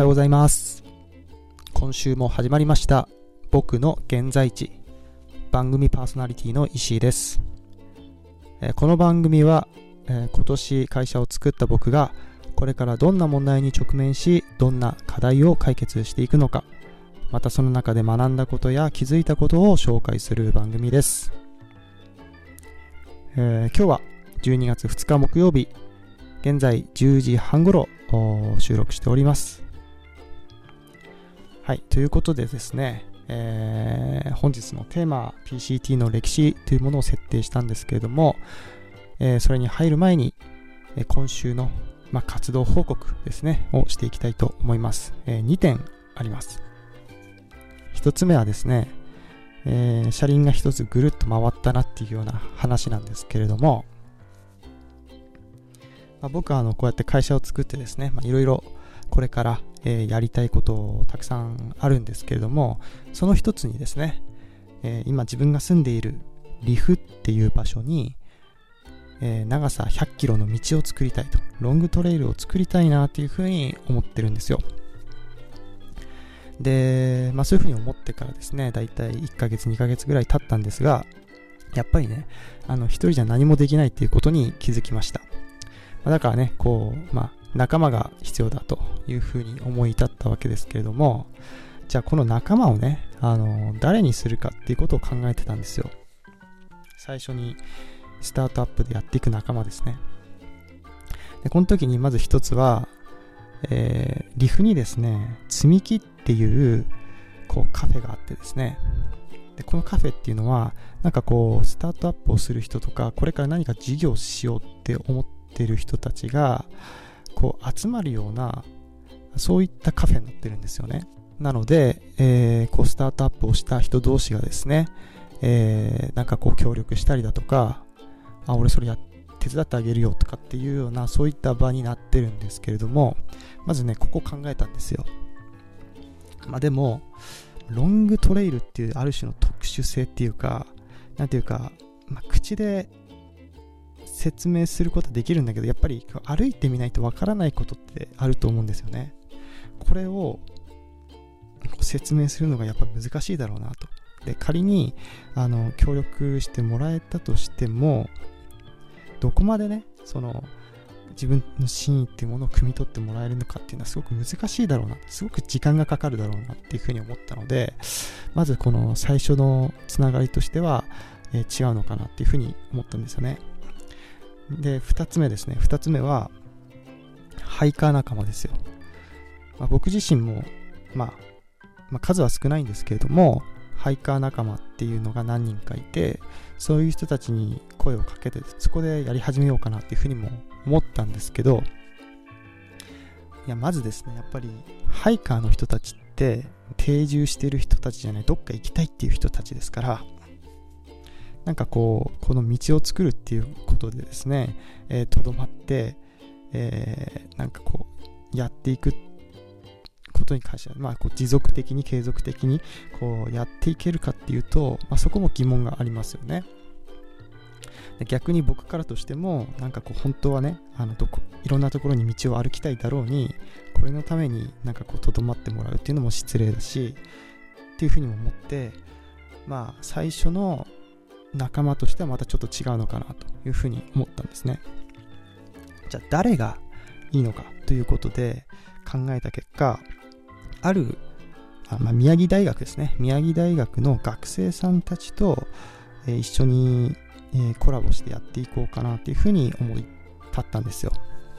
はようございます。今週も始まりました僕の現在地、番組パーソナリティの石井です。この番組は、今年会社を作った僕がこれからどんな問題に直面し、どんな課題を解決していくのか、またその中で学んだことや気づいたことを紹介する番組です。今日は12月2日木曜日、現在10時半ごろ収録しております。はい、ということでですね、本日のテーマ PCT の歴史というものを設定したんですけれども、それに入る前に、今週の、活動報告ですねをしていきたいと思います。2点あります。1つ目はですね、車輪が1つぐるっと回ったなっていうような話なんですけれども、僕はこうやって会社を作ってですね、いろいろこれから、やりたいことたくさんあるんですけれども、その一つにですね、今自分が住んでいる利府っていう場所に、長さ100キロの道を作りたいと、ロングトレイルを作りたいなっていうふうに思ってるんですよ。で、そういうふうに思ってからですね、だいたい1ヶ月2ヶ月ぐらい経ったんですが、やっぱりね、一人じゃ何もできないっていうことに気づきました。だからね、仲間が必要だというふうに思い至ったわけですけれども、じゃあこの仲間をね、誰にするかっていうことを考えてたんですよ。最初にスタートアップでやっていく仲間ですね。で、この時にまず一つは、利府にですね、積み木っていうカフェがあってですね、でこのカフェっていうのはスタートアップをする人とか、これから何か事業をしようって思っている人たちが集まるような、そういったカフェになってるんですよね。なので、スタートアップをした人同士がですね、協力したりだとか、俺それ手伝ってあげるよとかっていうような、そういった場になってるんですけれども、まずね、ここ考えたんですよ。でもロングトレイルっていうある種の特殊性っていうか、口で説明することはできるんだけど、やっぱり歩いてみないとわからないことってあると思うんですよね。これを説明するのがやっぱ難しいだろうなと。で、仮に協力してもらえたとしても、どこまでね、自分の真意っていうものを汲み取ってもらえるのかっていうのはすごく難しいだろうな、すごく時間がかかるだろうなっていうふうに思ったので、まずこの最初のつながりとしては、違うのかなっていうふうに思ったんですよね。で、2つ目ですね。2つ目はハイカー仲間ですよ。僕自身も数は少ないんですけれども、ハイカー仲間っていうのが何人かいて、そういう人たちに声をかけて、そこでやり始めようかなっていうふうにも思ったんですけど、まずですね、やっぱりハイカーの人たちって定住している人たちじゃない、どっか行きたいっていう人たちですから、この道を作るっていうことでですね、とどまって、やっていくことに関しては、持続的に継続的にやっていけるかっていうと、そこも疑問がありますよね。で、逆に僕からとしても本当はね、いろんなところに道を歩きたいだろうに、これのためにとどまってもらうっていうのも失礼だしっていうふうにも思って、最初の仲間としてはまたちょっと違うのかなというふうに思ったんですね。じゃあ誰がいいのかということで考えた結果、宮城大学ですね。宮城大学の学生さんたちと、一緒に、コラボしてやっていこうかなというふうに思い立ったんですよ。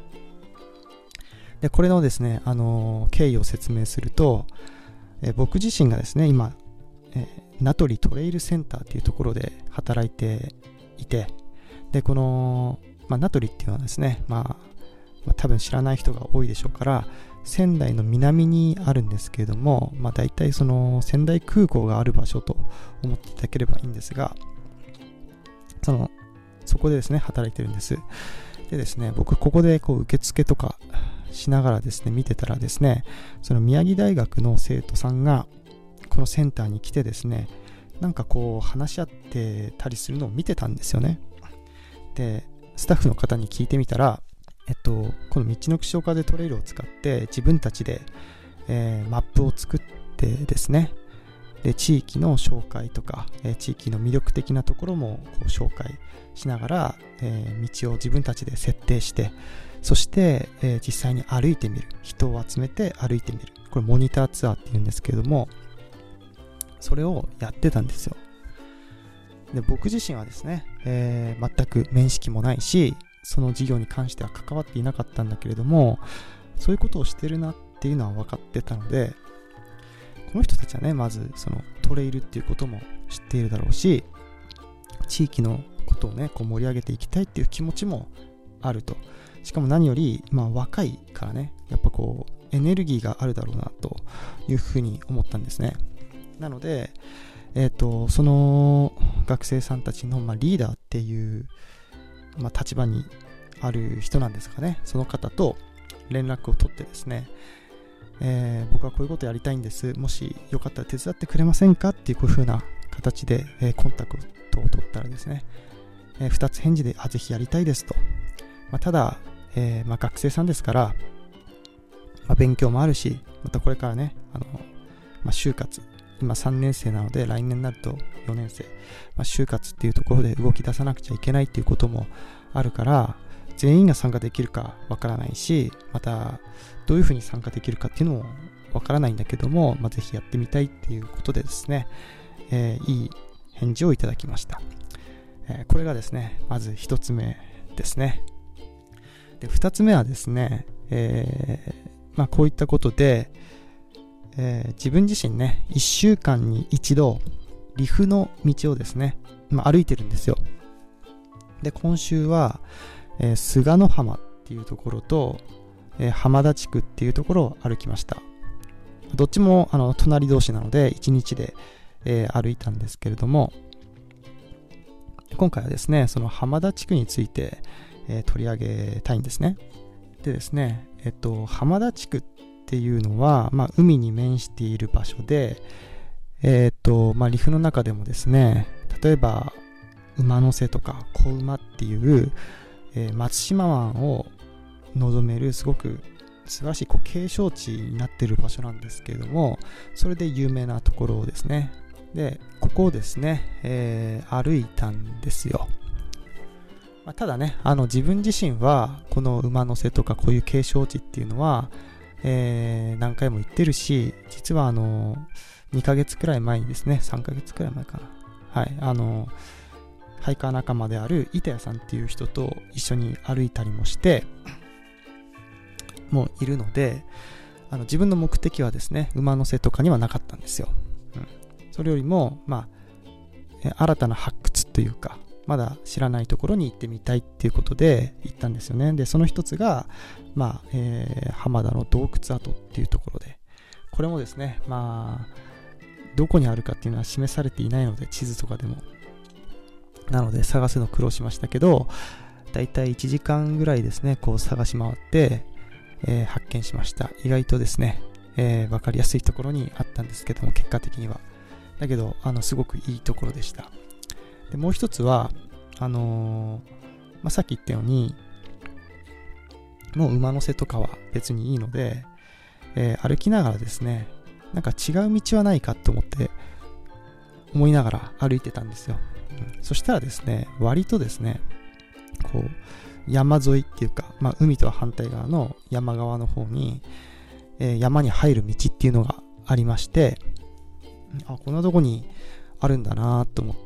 で、これのですね、経緯を説明すると、僕自身がですね、今、名取トレイルセンターっていうところで働いていて、で、この、名取っていうのはですね、多分知らない人が多いでしょうから、仙台の南にあるんですけれども、大体仙台空港がある場所と思っていただければいいんですが、そこでですね、働いてるんです。でですね、僕ここで受付とかしながらですね、見てたらですね、その宮城大学の生徒さんがこのセンターに来てですね、話し合ってたりするのを見てたんですよね。で、スタッフの方に聞いてみたら、この道のくしおかぜトレイルを使って自分たちで、 マップを作ってですね、で地域の紹介とか、地域の魅力的なところもこう紹介しながら、道を自分たちで設定して、そして、実際に歩いてみる、人を集めて歩いてみる、これモニターツアーっていうんですけれども、それをやってたんですよ。で僕自身はですね、全く面識もないし、その事業に関しては関わっていなかったんだけれども、そういうことをしてるなっていうのは分かってたので、この人たちはね、まずそのトレイルっていうことも知っているだろうし、地域のことをねこう盛り上げていきたいっていう気持ちもあると。しかも何より、若いからね、やっぱこうエネルギーがあるだろうなというふうに思ったんですね。なので、その学生さんたちの、リーダーっていう、立場にある人なんですかね、その方と連絡を取ってですね、僕はこういうことやりたいんです、もしよかったら手伝ってくれませんかっていう、こういう風な形で、コンタクトを取ったらですね、2つ返事でぜひやりたいですと。ただ、学生さんですから、勉強もあるし、またこれからね、就活、今3年生なので来年になると4年生、就活っていうところで動き出さなくちゃいけないっていうこともあるから、全員が参加できるかわからないし、またどういうふうに参加できるかっていうのもわからないんだけども、ぜひやってみたいっていうことでですね、いい返事をいただきました。これがですね、まず一つ目ですね。で、二つ目はですね、こういったことで、自分自身ね、1週間に一度リフの道をですね、歩いてるんですよ。で、今週は、菅野浜っていうところと、浜田地区っていうところを歩きました。どっちも隣同士なので1日で、歩いたんですけれども、今回はですね、その浜田地区について、取り上げたいんですね。でですね、浜田地区っていうのは、海に面している場所で、リフの中でもですね、例えば馬の背とか小馬っていう、松島湾を望めるすごく素晴らしい景勝地になっている場所なんですけれども、それで有名なところですね。で、ここをですね、歩いたんですよ。ただね、自分自身はこの馬の背とかこういう景勝地っていうのは、何回も行ってるし、実は2ヶ月くらい前にですね、3ヶ月くらい前かな、はい、ハイカー仲間である板谷さんっていう人と一緒に歩いたりもしてもういるので、自分の目的はですね、馬の背とかにはなかったんですよ。それよりも、新たな発掘というか、まだ知らないところに行ってみたいっていうことで行ったんですよね。で、その一つが、浜田の洞窟跡っていうところで、これもですね、どこにあるかっていうのは示されていないので、地図とかでも。なので、探すの苦労しましたけど、だいたい1時間ぐらいですね、こう探し回って、発見しました。意外とですね、わかりやすいところにあったんですけども、結果的には。だけど、すごくいいところでした。で、もう一つは、さっき言ったように、もう馬の背とかは別にいいので、歩きながらですね、なんか違う道はないかと思いながら歩いてたんですよ。そしたらですね、割とですね、こう山沿いっていうか、海とは反対側の山側の方に、山に入る道っていうのがありまして、こんなとこにあるんだなと思って、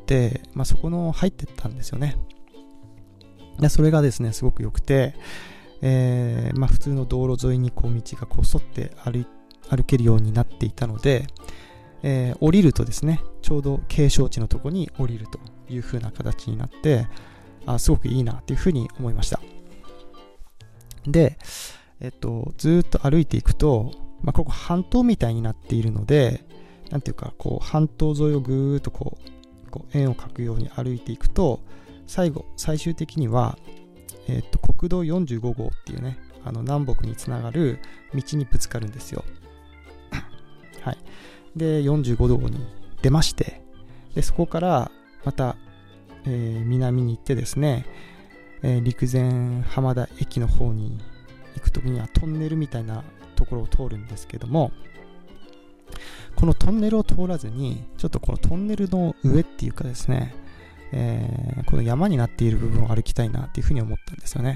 そこの入ってったんですよね。で、それがですね、すごく良くて、普通の道路沿いにこう道がこう沿って歩けるようになっていたので、降りるとですね、ちょうど景勝地のとこに降りるという風な形になって、すごくいいなっていう風に思いました。で、ずーっと歩いていくと、ここ半島みたいになっているので、なんていうか、こう半島沿いをぐーっとこう円を描くように歩いていくと、最終的には、国道45号っていうね、南北につながる道にぶつかるんですよ。はい。で、45号に出まして、で、そこからまた、南に行ってですね、陸前浜田駅の方に行くときにはトンネルみたいなとところを通るんですけども、このトンネルを通らずに、ちょっとこのトンネルの上っていうかですね、この山になっている部分を歩きたいなっていうふうに思ったんですよね。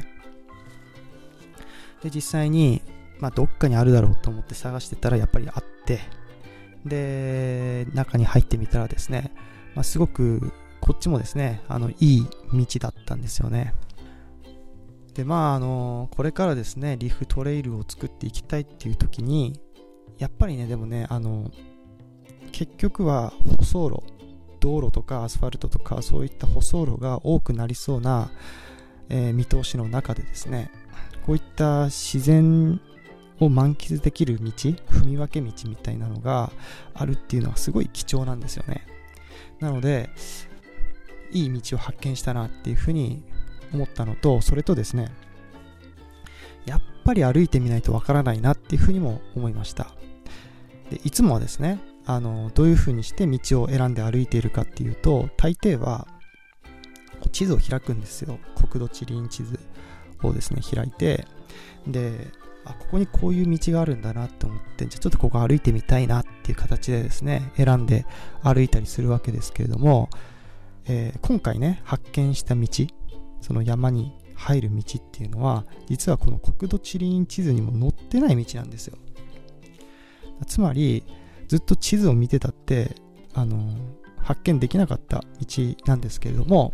で、実際に、どっかにあるだろうと思って探してたらやっぱりあって、で、中に入ってみたらですね、すごくこっちもですね、いい道だったんですよね。で、これからですね、リーフトレイルを作っていきたいっていう時に、やっぱりね、でもね、結局は舗装路、道路とかアスファルトとかそういった舗装路が多くなりそうな、見通しの中でですね、こういった自然を満喫できる道、踏み分け道みたいなのがあるっていうのはすごい貴重なんですよね。なので、いい道を発見したなっていうふうに思ったのと、それとですね、やっぱり歩いてみないとわからないなっていうふうにも思いました。で、いつもはですね、どういうふうにして道を選んで歩いているかっていうと、大抵は地図を開くんですよ。国土地理院地図をですね、開いて、で、ここにこういう道があるんだなって思って、じゃあちょっとここ歩いてみたいなっていう形でですね、選んで歩いたりするわけですけれども、今回ね、発見した道、その山に入る道っていうのは、実はこの国土地理院地図にも載ってない道なんですよ。つまり、ずっと地図を見てたって、発見できなかった道なんですけれども、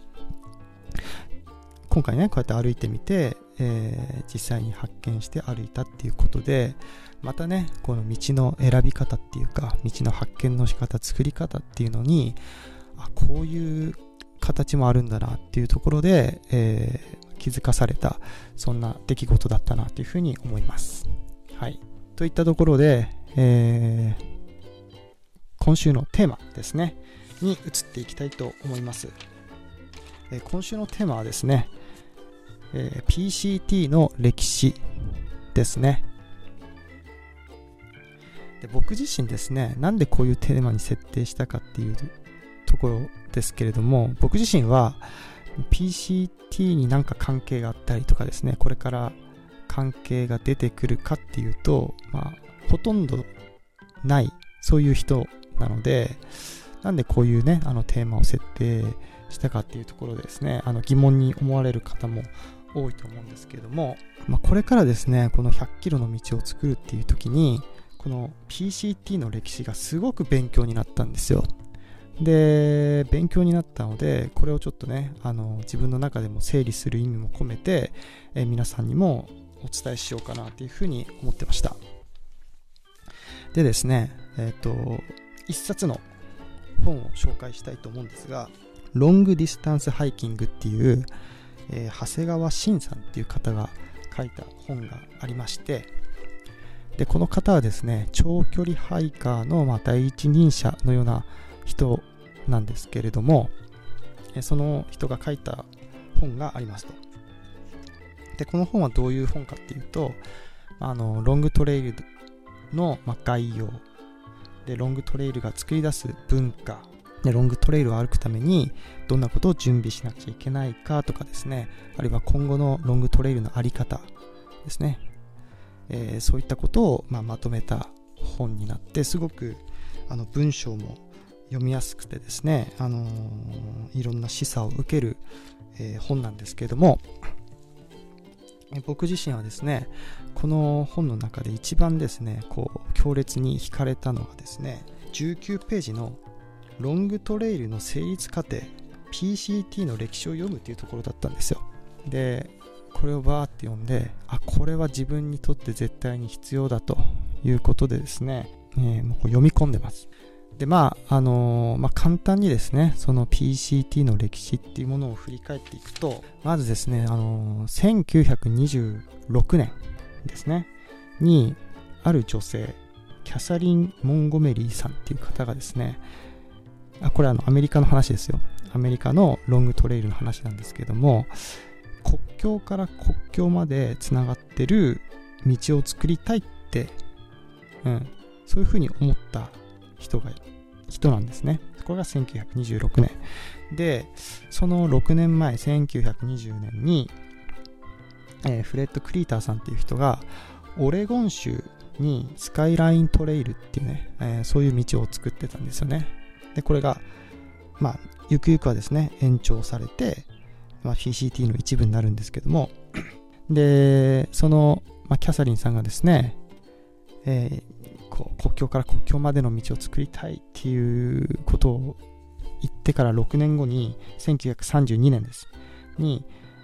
今回ね、こうやって歩いてみて、実際に発見して歩いたっていうことで、またね、この道の選び方っていうか、道の発見の仕方、作り方っていうのに、こういう形もあるんだなっていうところで、気づかされた、そんな出来事だったなというふうに思います。はい。といったところで、今週のテーマですね、に移っていきたいと思います。今週のテーマはですね、PCT の歴史ですね。で、僕自身ですね、なんでこういうテーマに設定したかっていうところですけれども、僕自身は PCT になんか関係があったりとかですね、これから関係が出てくるかっていうと、ほとんどない、そういう人なので、なんでこういうね、テーマを設定したかっていうところでですね、疑問に思われる方も多いと思うんですけれども、これからですね、この100キロの道を作るっていう時に、この PCT の歴史がすごく勉強になったんですよ。で、勉強になったので、これをちょっとね、自分の中でも整理する意味も込めて、皆さんにもお伝えしようかなというふうに思ってました。でですね、一冊の本を紹介したいと思うんですが、ロングディスタンスハイキングっていう、長谷川慎さんっていう方が書いた本がありまして、で、この方はですね、長距離ハイカーの第一人者のような人なんですけれども、その人が書いた本がありますと。で、この本はどういう本かっていうと、ロングトレイルの概要で、ロングトレイルが作り出す文化で、ロングトレイルを歩くためにどんなことを準備しなくちゃいけないかとかですね、あるいは今後のロングトレイルのあり方ですね、そういったことをまとめた本になって、すごく文章も読みやすくてですね、いろんな示唆を受ける、本なんですけれども、僕自身はですね、この本の中で一番ですね、強烈に惹かれたのがですね、19ページのロングトレイルの成立過程 PCT の歴史を読むというところだったんですよ。で、これをバーって読んで、これは自分にとって絶対に必要だということでですね、もう読み込んでます。で、簡単にですね、その PCT の歴史っていうものを振り返っていくと、まずですね、1926年ですね、に、ある女性、キャサリン・モンゴメリーさんっていう方がですね、これアメリカの話ですよ。アメリカのロングトレイルの話なんですけども、国境から国境までつながってる道を作りたいって、そういうふうに思った人なんですね。これが1926年。で、その6年前、1920年に、フレッド・クリーターさんっていう人がオレゴン州にスカイライントレイルっていうね、そういう道を作ってたんですよね。でこれがゆくゆくはですね延長されて、PCT の一部になるんですけどもでその、キャサリンさんがですね、国境から国境までの道を作りたいっていうことを言ってから6年後に1932年ですに、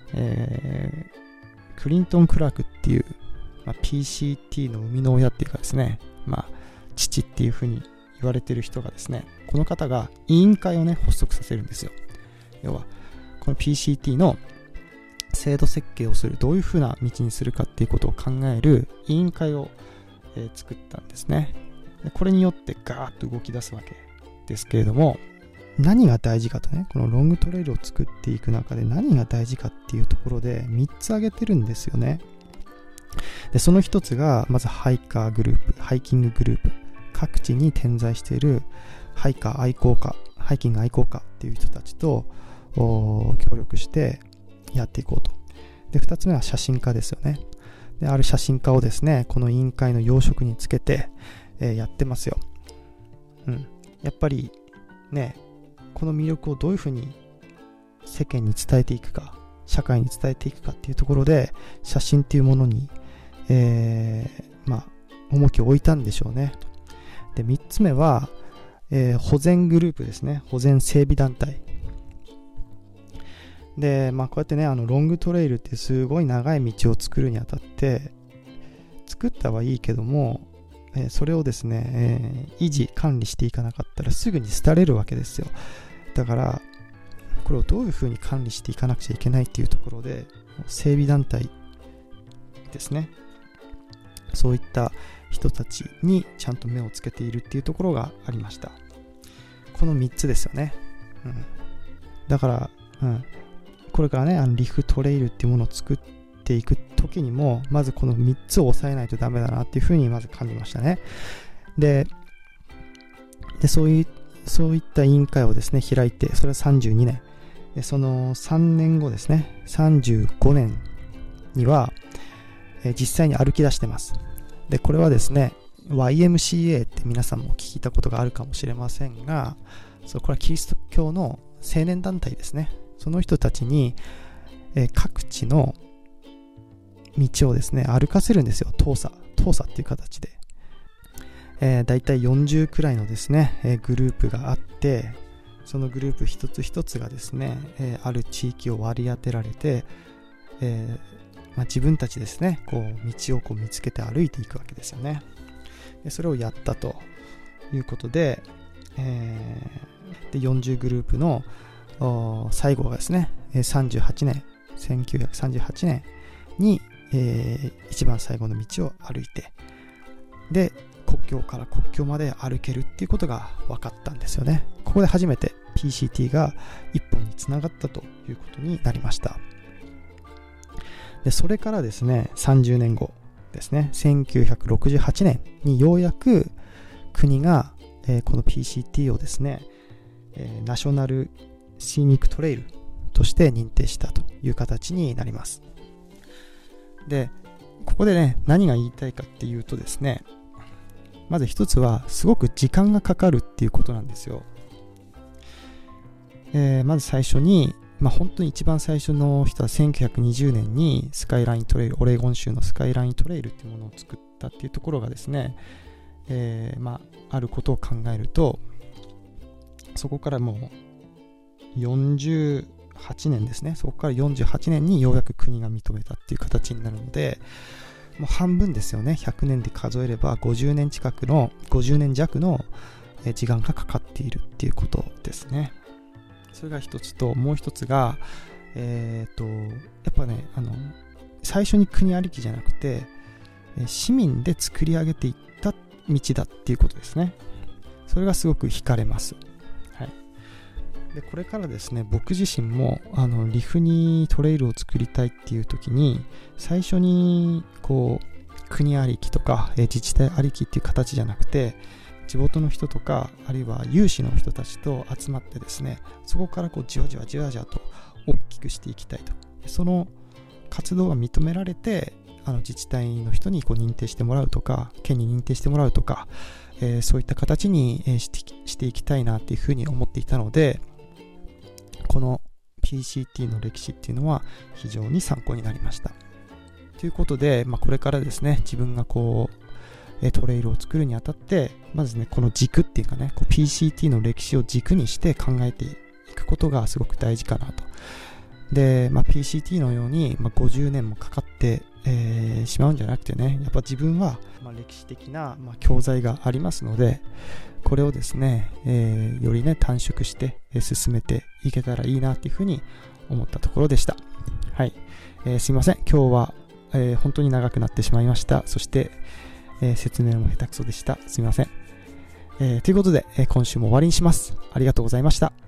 クリントン・クラークっていう、PCT の生みの親っていうかですね、父っていうふうに言われてる人がですね、この方が委員会をね発足させるんですよ。要はこの PCT の制度設計をする、どういうふうな道にするかっていうことを考える委員会を、作ったんですね。でこれによってガーッと動き出すわけですけれども、何が大事かとね、このロングトレイルを作っていく中で何が大事かっていうところで3つ挙げてるんですよね。でその一つがまずハイカーグループ、ハイキンググループ、各地に点在しているハイキング愛好家っていう人たちと協力してやっていこうと。で2つ目は写真家ですよね。である写真家をですねこの委員会の要職につけて、やってますよ。やっぱりねこの魅力をどういうふうに世間に伝えていくか、社会に伝えていくかっていうところで写真っていうものに、重きを置いたんでしょうね。で3つ目は、保全グループですね。保全整備団体で、こうやってねロングトレイルってすごい長い道を作るにあたって作ったはいいけども、それをですね、維持管理していかなかったらすぐに廃れるわけですよ。だからこれをどういうふうに管理していかなくちゃいけないっていうところで整備団体ですね、そういった人たちにちゃんと目をつけているっていうところがありました。この3つですよね。だから、これからねリフトレイルっていうものを作っていく時にもまずこの3つを抑えないとダメだなっていうふうにまず感じましたね。でそういった委員会をですね開いて、それは32年でその3年後ですね35年には、実際に歩き出してます。でこれはですね YMCA って皆さんも聞いたことがあるかもしれませんが、これはキリスト教の青年団体ですね。その人たちに、各地の道をですね歩かせるんですよ。踏査っていう形で、だいたい40くらいのですね、グループがあって、そのグループ一つ一つがですね、ある地域を割り当てられて、自分たちですね道を見つけて歩いていくわけですよね。でそれをやったということで、40グループの最後がですね1938年に、一番最後の道を歩いて、で国境から国境まで歩けるっていうことが分かったんですよね。ここで初めて PCT が一本につながったということになりました。でそれからですね30年後ですね1968年にようやく国が、この PCT をですね、ナショナルシーニックトレイルとして認定したという形になります。でここでね何が言いたいかっていうとですね、まず一つはすごく時間がかかるっていうことなんですよ。まず最初に、本当に一番最初の人は1920年にスカイライントレイル、オレゴン州のスカイライントレイルっていうものを作ったっていうところがですね、あることを考えると、そこからもう48年ですね、そこから48年にようやく国が認めたっていう形になるので、もう半分ですよね。100年で数えれば50年弱の時間がかかっているっていうことですね。それが一つと、もう一つがやっぱね最初に国ありきじゃなくて市民で作り上げていった道だっていうことですね。それがすごく惹かれます。でこれからですね僕自身もリフにトレイルを作りたいっていう時に最初に国ありきとか自治体ありきっていう形じゃなくて、地元の人とかあるいは有志の人たちと集まってですね、そこからじわじわと大きくしていきたいと。その活動が認められて自治体の人に認定してもらうとか、県に認定してもらうとか、そういった形に、していきたいなっていうふうに思っていたので、この PCT の歴史っていうのは非常に参考になりました。ということで、これからですね、自分がトレイルを作るにあたって、まずね、この軸っていうかね、PCT の歴史を軸にして考えていくことがすごく大事かなと。で、PCT のように、50年もかかって、しまうんじゃなくてね、やっぱ自分は、歴史的な、教材がありますので、これをですね、よりね、短縮して、進めていけたらいいなっていうふうに思ったところでした。はい。すいません。今日は、本当に長くなってしまいました。そして、説明も下手くそでした。すいません。ということで、今週も終わりにします。ありがとうございました。